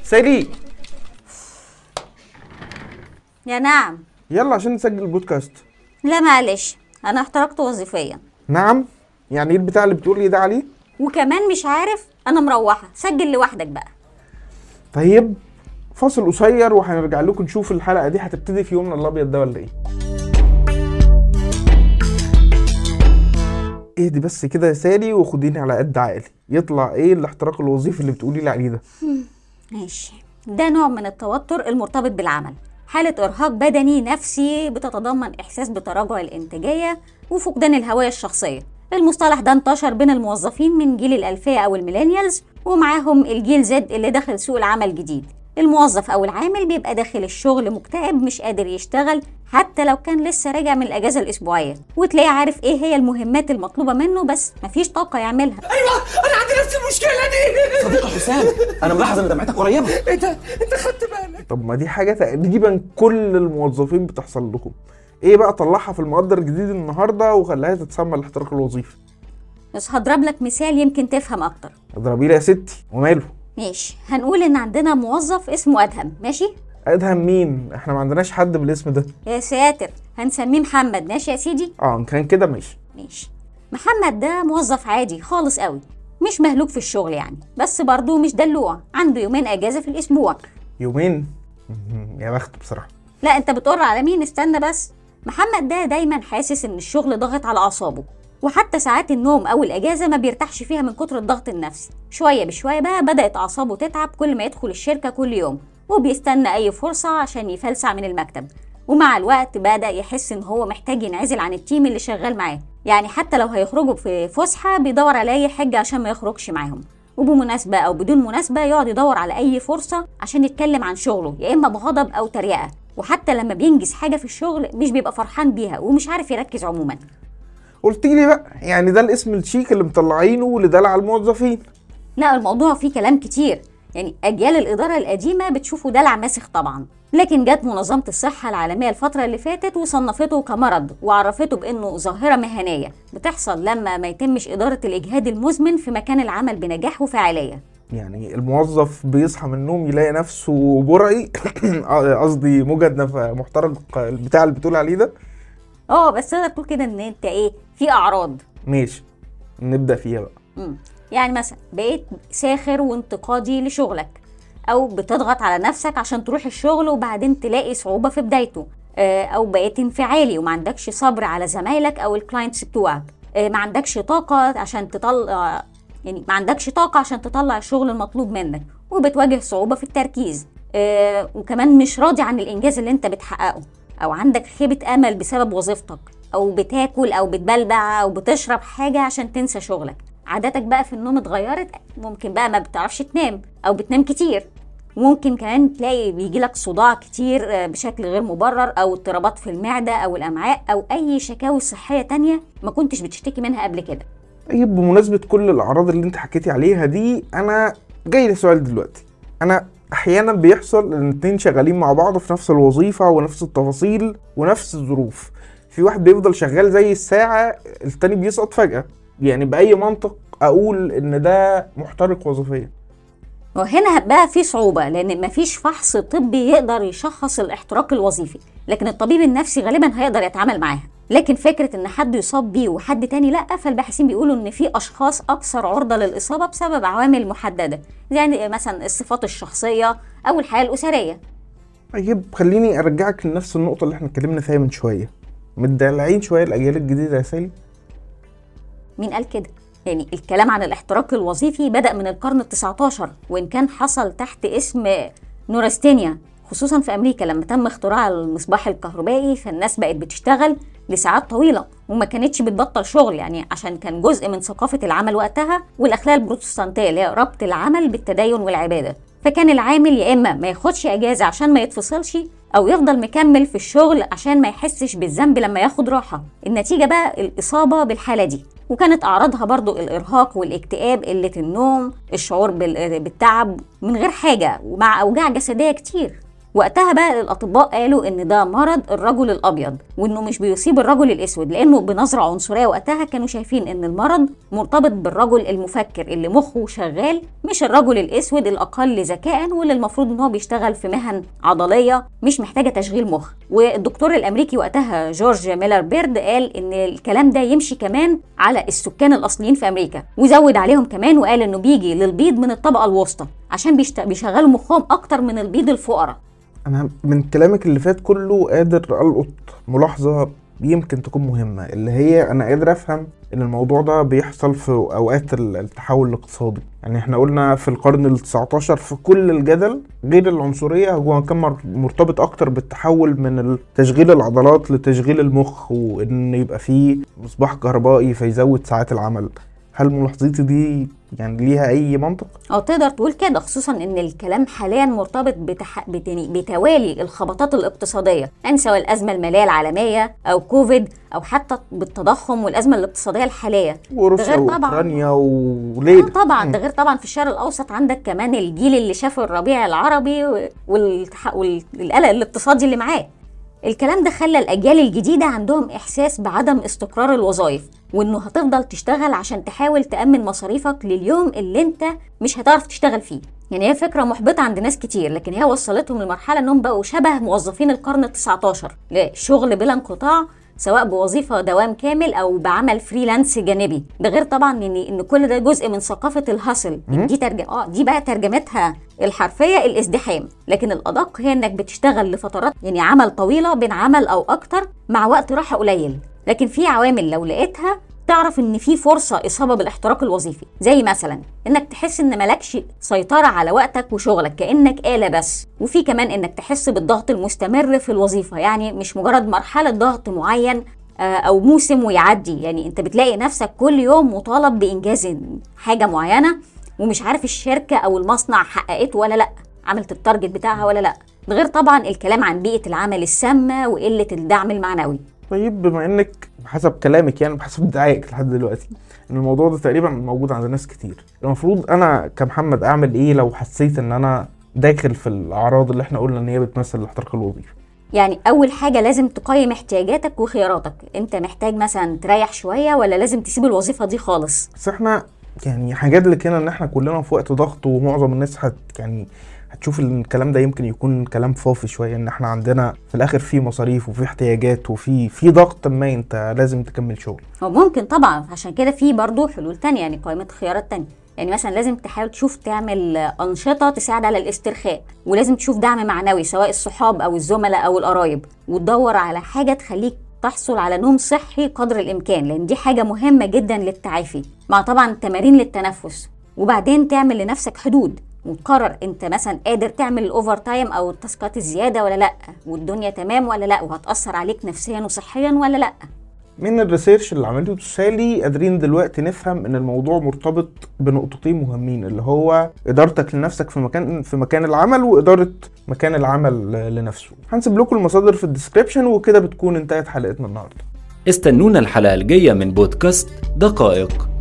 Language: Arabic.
سالي. يا نعم. يلا عشان نسجل البودكاست. لا معلش، انا احترقت وظيفيا. نعم؟ يعني ايه البتاع اللي بتقولي ده عليه؟ وكمان مش عارف، انا مروحه. سجل لوحدك بقى. طيب فاصل قصير وهنرجع لكم نشوف الحلقه دي هتبتدي في يومنا الابيض ده ولا ايه. اهدي بس كده يا سالي وخديني على قد عقلي. يطلع ايه الاحتراق الوظيفي اللي بتقولي لي عليه ده؟ ماشي. ده نوع من التوتر المرتبط بالعمل، حالة إرهاق بدني نفسي بتتضمن إحساس بتراجع الإنتاجية وفقدان الهوية الشخصية. المصطلح ده انتشر بين الموظفين من جيل الألفية أو الميلينيالز، ومعاهم الجيل زد اللي دخل سوق العمل جديد. الموظف أو العامل بيبقى داخل الشغل مكتئب، مش قادر يشتغل حتى لو كان لسه راجع من الأجازة الأسبوعية، وتلاقيه عارف إيه هي المهمات المطلوبة منه بس مفيش طاقة يعملها. ايوه انا عندي نفس المشكله دي. صديقي حسام، انا ملاحظ ان دمعتك قريبه. انت خدت بالك؟ طب ما دي حاجه تقريبا كل الموظفين بتحصل لكم. ايه بقى طلعها في المقدر الجديد النهارده وخليها تتسمى الاحتراق الوظيفي. بس هضرب لك مثال يمكن تفهم أكتر. اضربي لي يا ستي. وماله؟ ماشي، هنقول إن عندنا موظف اسمه أدهم. ماشي؟ ادهم مين؟ احنا ما عندناش حد بالاسم ده. يا ساتر، هنسميه محمد. ماشي يا سيدي؟ ان كان كده ماشي. محمد ده موظف عادي خالص قوي، مش مهلوك في الشغل يعني، بس برضه مش دلوع. عنده يومين اجازه في الاسبوع. يومين؟ يا بخت بصراحه. لا انت بتقر على مين؟ استنى بس. محمد ده دايما حاسس ان الشغل ضاغط على اعصابه، وحتى ساعات النوم او الاجازه ما بيرتاحش فيها من كتر الضغط النفسي. شويه بشويه بقى بدات اعصابه تتعب كل ما يدخل الشركه كل يوم، وبيستنى اي فرصه عشان يفلسع من المكتب. ومع الوقت بدأ يحس ان هو محتاج ينعزل عن التيم اللي شغال معاه، يعني حتى لو هيخرجوا في فسحة بيدور على اي حاجة عشان ما يخرجش معاهم، وبمناسبة او بدون مناسبة يقعد يدور على اي فرصة عشان يتكلم عن شغله، يا اما بغضب او تريقة. وحتى لما بينجز حاجة في الشغل مش بيبقى فرحان بيها ومش عارف يركز عموما. قلت لي بقى يعني ده الاسم الشيك اللي مطلعينه لدلع الموظفين. لا الموضوع فيه كلام كتير، يعني أجيال الإدارة القديمة بتشوفه دلع ماسخ طبعا، لكن جت منظمة الصحة العالمية الفترة اللي فاتت وصنفته كمرض، وعرفته بأنه ظاهرة مهنية بتحصل لما ما يتمش إدارة الإجهاد المزمن في مكان العمل بنجاح وفعالية. يعني الموظف بيصحى من النوم يلاقي نفسه برعي قصدي مجهد محترق البتاع اللي بتقول عليه ده. بس تقدر تقول كده ان انت في اعراض. ماشي نبدأ فيها بقى. يعني مثلا بقيت ساخر وانتقادي لشغلك، او بتضغط على نفسك عشان تروح الشغل وبعدين تلاقي صعوبة في بدايته، او بقيت انفعالي وما عندكش صبر على زمايلك او الكلاينتس بتوعك، ما عندكش طاقة عشان تطلع، يعني ما عندكش طاقة عشان تطلع الشغل المطلوب منك، وبتواجه صعوبة في التركيز، وكمان مش راضي عن الانجاز اللي انت بتحققه، او عندك خيبة امل بسبب وظيفتك، او بتاكل او بتبلبع او بتشرب حاجة عشان تنسى شغلك. عاداتك بقى في النوم اتغيرت، ممكن بقى ما بتعرفش تنام او بتنام كتير. ممكن كمان تلاقي بيجيلك صداع كتير بشكل غير مبرر، او اضطرابات في المعدة او الامعاء، او اي شكاوي صحية تانية ما كنتش بتشتكي منها قبل كده. طيب بمناسبة كل الاعراض اللي انت حكيتي عليها دي، انا جاي لسؤال دلوقتي. انا احيانا بيحصل ان اتنين شغالين مع بعض في نفس الوظيفة ونفس التفاصيل ونفس الظروف، في واحد بيفضل شغال زي الساعة، التاني بيسقط فجأة. يعني بأي منطق اقول ان ده محترق وظيفيا؟ وهنا بقى في صعوبة، لأن مفيش فحص طبي يقدر يشخص الاحتراق الوظيفي، لكن الطبيب النفسي غالبا هيقدر يتعامل معاها. لكن فكرة ان حد يصاب بيه وحد تاني لا، فالباحثين بيقولوا ان في اشخاص اكثر عرضة للإصابة بسبب عوامل محددة، يعني مثلا الصفات الشخصية او الحياة الأسرية. طيب خليني ارجعك لنفس النقطة اللي احنا اتكلمنا فيها من شوية. متدلعين شوية الأجيال الجديدة يا سالي. مين قال كده؟ يعني الكلام عن الاحتراق الوظيفي بدأ من القرن ال19، وإن كان حصل تحت اسم نورستينيا، خصوصا في أمريكا لما تم اختراع المصباح الكهربائي، فالناس بقت بتشتغل لساعات طويلة وما كانتش بتبطل شغل، يعني عشان كان جزء من ثقافة العمل وقتها والأخلاق البروتستانتية اللي هي ربط العمل بالتدين والعبادة. فكان العامل يا إما ما ياخدش أجازة عشان ما يتفصلش، أو يفضل مكمل في الشغل عشان ما يحسش بالذنب لما ياخد راحة. النتيجة بقى الإصابة بالحالة دي، وكانت أعراضها برضو الإرهاق والاكتئاب، قلة النوم، الشعور بالتعب من غير حاجة، ومع أوجاع جسدية كتير. وقتها بقى الاطباء قالوا ان ده مرض الرجل الابيض، وانه مش بيصيب الرجل الاسود، لانه بنظره عنصريه وقتها كانوا شايفين ان المرض مرتبط بالرجل المفكر اللي مخه شغال، مش الرجل الاسود الاقل ذكاء واللي المفروض ان هو بيشتغل في مهن عضليه مش محتاجه تشغيل مخ. والدكتور الامريكي وقتها جورج ميلر بيرد قال ان الكلام ده يمشي كمان على السكان الاصليين في امريكا، وزود عليهم كمان وقال انه بيجي للبيض من الطبقه الوسطى عشان بيشغلوا مخهم اكتر من البيض الفقراء. انا من كلامك اللي فات كله قادر القط ملاحظه يمكن تكون مهمه، اللي هي انا قادر افهم ان الموضوع ده بيحصل في اوقات التحول الاقتصادي. يعني احنا قلنا في القرن ال19 في كل الجدل غير العنصريه هو كان مرتبط اكتر بالتحول من تشغيل العضلات لتشغيل المخ، وان يبقى فيه مصباح كهربائي فيزود ساعات العمل. هل ملاحظتي دي يعني ليها اي منطق؟ تقدر تقول كده، خصوصا ان الكلام حاليا مرتبط بتوالي الخبطات الاقتصاديه، يعني سواء الازمه الماليه العالميه او كوفيد او حتى بالتضخم والازمه االاقتصاديه الحاليه وروسيا واوكرانيا وليله طبعا. ده غير طبعا في الشرق الاوسط عندك كمان الجيل اللي شاف الربيع العربي والقلق الاقتصادي اللي معاه. الكلام ده خلى الأجيال الجديدة عندهم إحساس بعدم استقرار الوظائف، وإنه هتفضل تشتغل عشان تحاول تأمن مصاريفك لليوم اللي انت مش هتعرف تشتغل فيه. يعني هي فكرة محبطة عند ناس كتير، لكن هي وصلتهم لمرحلة انهم بقوا شبه موظفين القرن ال19 لشغل بلا انقطاع، سواء بوظيفة دوام كامل أو بعمل فريلانس جانبي. ده غير طبعا إن كل ده جزء من ثقافة الهاسل. دي بقى ترجمتها الحرفية الازدحام، لكن الأدق هي إنك بتشتغل لفترات يعني عمل طويلة بين عمل أو أكتر مع وقت راحة قليل. لكن في عوامل لو لقيتها تعرف ان في فرصة اصابة بالاحتراق الوظيفي، زي مثلا انك تحس ان مالكش سيطرة على وقتك وشغلك كأنك آلة بس، وفي كمان انك تحس بالضغط المستمر في الوظيفة، يعني مش مجرد مرحلة ضغط معين او موسم ويعدي، يعني انت بتلاقي نفسك كل يوم مطالب بانجاز حاجة معينة ومش عارف الشركة او المصنع حققته ولا لا، عملت التارجت بتاعها ولا لا. ده غير طبعا الكلام عن بيئة العمل السامة وقلة الدعم المعنوي. طيب بما انك بحسب كلامك يعني بحسب دعايك لحد دلوقتي ان الموضوع ده تقريبا موجود عند ناس كتير، المفروض انا كمحمد اعمل ايه لو حسيت ان انا داخل في الاعراض اللي احنا قلنا ان هي بتمثل الاحتراق الوظيفي؟ يعني اول حاجة لازم تقيم احتياجاتك وخياراتك، انت محتاج مثلا تريح شوية ولا لازم تسيب الوظيفة دي خالص؟ بس احنا يعني هجادلك هنا ان احنا كلنا في وقت ضغط، ومعظم الناس هتشوف ان الكلام ده يمكن يكون كلام فاضي شويه، ان احنا عندنا في الاخر في مصاريف وفي احتياجات وفي ضغط ما انت لازم تكمل شغل. هو ممكن طبعا، عشان كده في برضو حلول تانية، يعني قائمة خيارات تانية. يعني مثلا لازم تحاول تشوف تعمل أنشطة تساعد على الاسترخاء، ولازم تشوف دعم معنوي سواء الصحاب أو الزملاء أو القرايب، وتدور على حاجة تخليك تحصل على نوم صحي قدر الإمكان، لأن دي حاجة مهمة جدا للتعافي، مع طبعا تمارين للتنفس. وبعدين تعمل لنفسك حدود وتقرر انت مثلا قادر تعمل الاوفر تايم او التاسكات الزياده ولا لا، والدنيا تمام ولا لا، وهتاثر عليك نفسيا وصحيا ولا لا. من الريسيرش اللي عملته سالي قادرين دلوقتي نفهم ان الموضوع مرتبط بنقطتين مهمين، اللي هو ادارتك لنفسك في مكان العمل، واداره مكان العمل لنفسه. هنسيب لكم المصادر في الديسكريبشن، وكده بتكون انتهت حلقتنا النهارده. استنونا الحلقه الجايه من بودكاست دقائق.